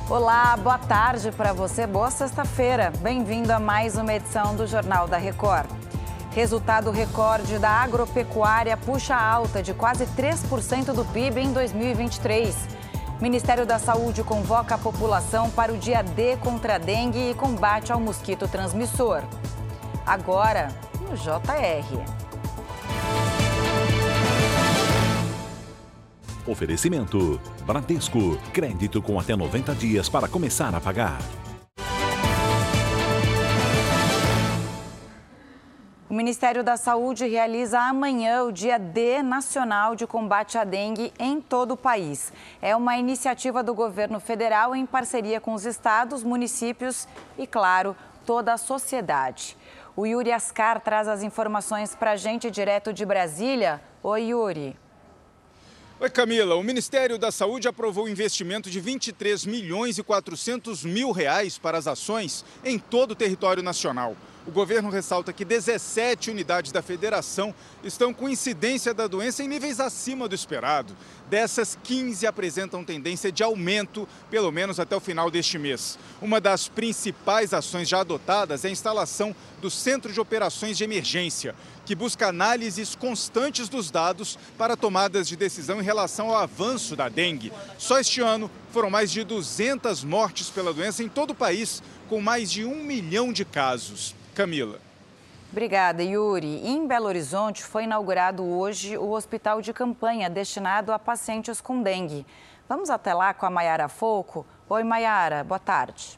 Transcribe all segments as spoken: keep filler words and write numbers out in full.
Olá, boa tarde para você, boa sexta-feira. Bem-vindo a mais uma edição do Jornal da Record. Resultado recorde da agropecuária puxa alta de quase três por cento do P I B em dois mil e vinte e três. Ministério da Saúde convoca a população para o dia D contra a dengue e combate ao mosquito transmissor. Agora, no J R. Oferecimento: Bradesco. Crédito com até noventa dias para começar a pagar. O Ministério da Saúde realiza amanhã o Dia D Nacional de Combate à Dengue em todo o país. É uma iniciativa do governo federal em parceria com os estados, municípios e, claro, toda a sociedade. O Yuri Ascar traz as informações para a gente direto de Brasília. Oi, Yuri. Oi, Camila. O Ministério da Saúde aprovou um investimento de vinte e três milhões e quatrocentos mil reais para as ações em todo o território nacional. O governo ressalta que dezessete unidades da federação estão com incidência da doença em níveis acima do esperado. Dessas, quinze apresentam tendência de aumento, pelo menos até o final deste mês. Uma das principais ações já adotadas é a instalação do Centro de Operações de Emergência, que busca análises constantes dos dados para tomadas de decisão em relação ao avanço da dengue. Só este ano foram mais de duzentas mortes pela doença em todo o país, com mais de um milhão de casos. Camila. Obrigada, Yuri. Em Belo Horizonte foi inaugurado hoje o hospital de campanha destinado a pacientes com dengue. Vamos até lá com a Maiara Folco. Oi, Maiara, boa tarde.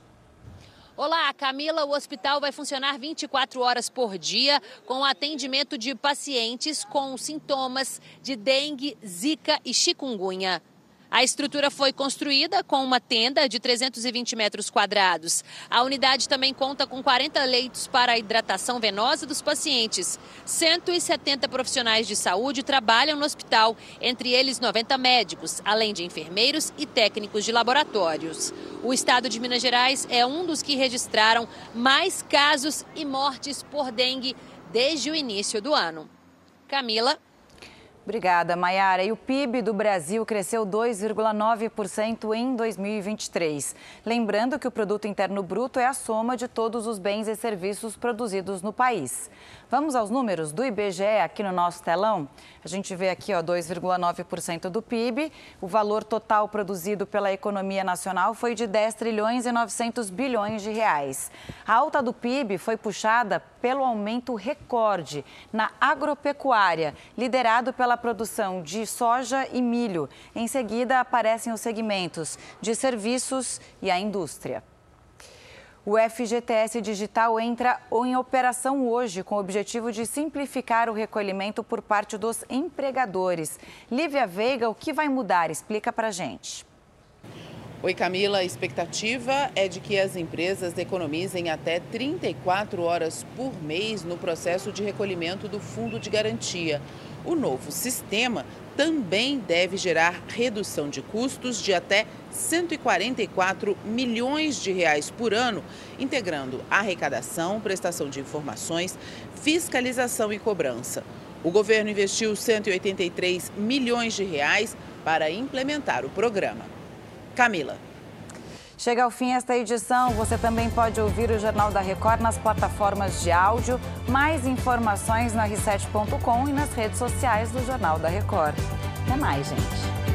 Olá, Camila. O hospital vai funcionar vinte e quatro horas por dia com atendimento de pacientes com sintomas de dengue, zika e chikungunya. A estrutura foi construída com uma tenda de trezentos e vinte metros quadrados. A unidade também conta com quarenta leitos para a hidratação venosa dos pacientes. cento e setenta profissionais de saúde trabalham no hospital, entre eles noventa médicos, além de enfermeiros e técnicos de laboratórios. O estado de Minas Gerais é um dos que registraram mais casos e mortes por dengue desde o início do ano. Camila. Obrigada, Maiara. E o P I B do Brasil cresceu dois vírgula nove por cento em dois mil e vinte e três. Lembrando que o Produto Interno Bruto é a soma de todos os bens e serviços produzidos no país. Vamos aos números do I B G E aqui no nosso telão? A gente vê aqui, ó, dois vírgula nove por cento do P I B. O valor total produzido pela economia nacional foi de dez trilhões e novecentos bilhões de reais. A alta do P I B foi puxada pelo aumento recorde na agropecuária, liderado pela produção de soja e milho. Em seguida, aparecem os segmentos de serviços e a indústria. O F G T S Digital entra em operação hoje com o objetivo de simplificar o recolhimento por parte dos empregadores. Lívia Veiga, o que vai mudar? Explica pra gente. Oi, Camila. A expectativa é de que as empresas economizem até trinta e quatro horas por mês no processo de recolhimento do Fundo de Garantia. O novo sistema também deve gerar redução de custos de até cento e quarenta e quatro milhões de reais por ano, integrando arrecadação, prestação de informações, fiscalização e cobrança. O governo investiu cento e oitenta e três milhões de reais para implementar o programa. Camila. Chega ao fim esta edição. Você também pode ouvir o Jornal da Record nas plataformas de áudio. Mais informações na R sete ponto com e nas redes sociais do Jornal da Record. Até mais, gente.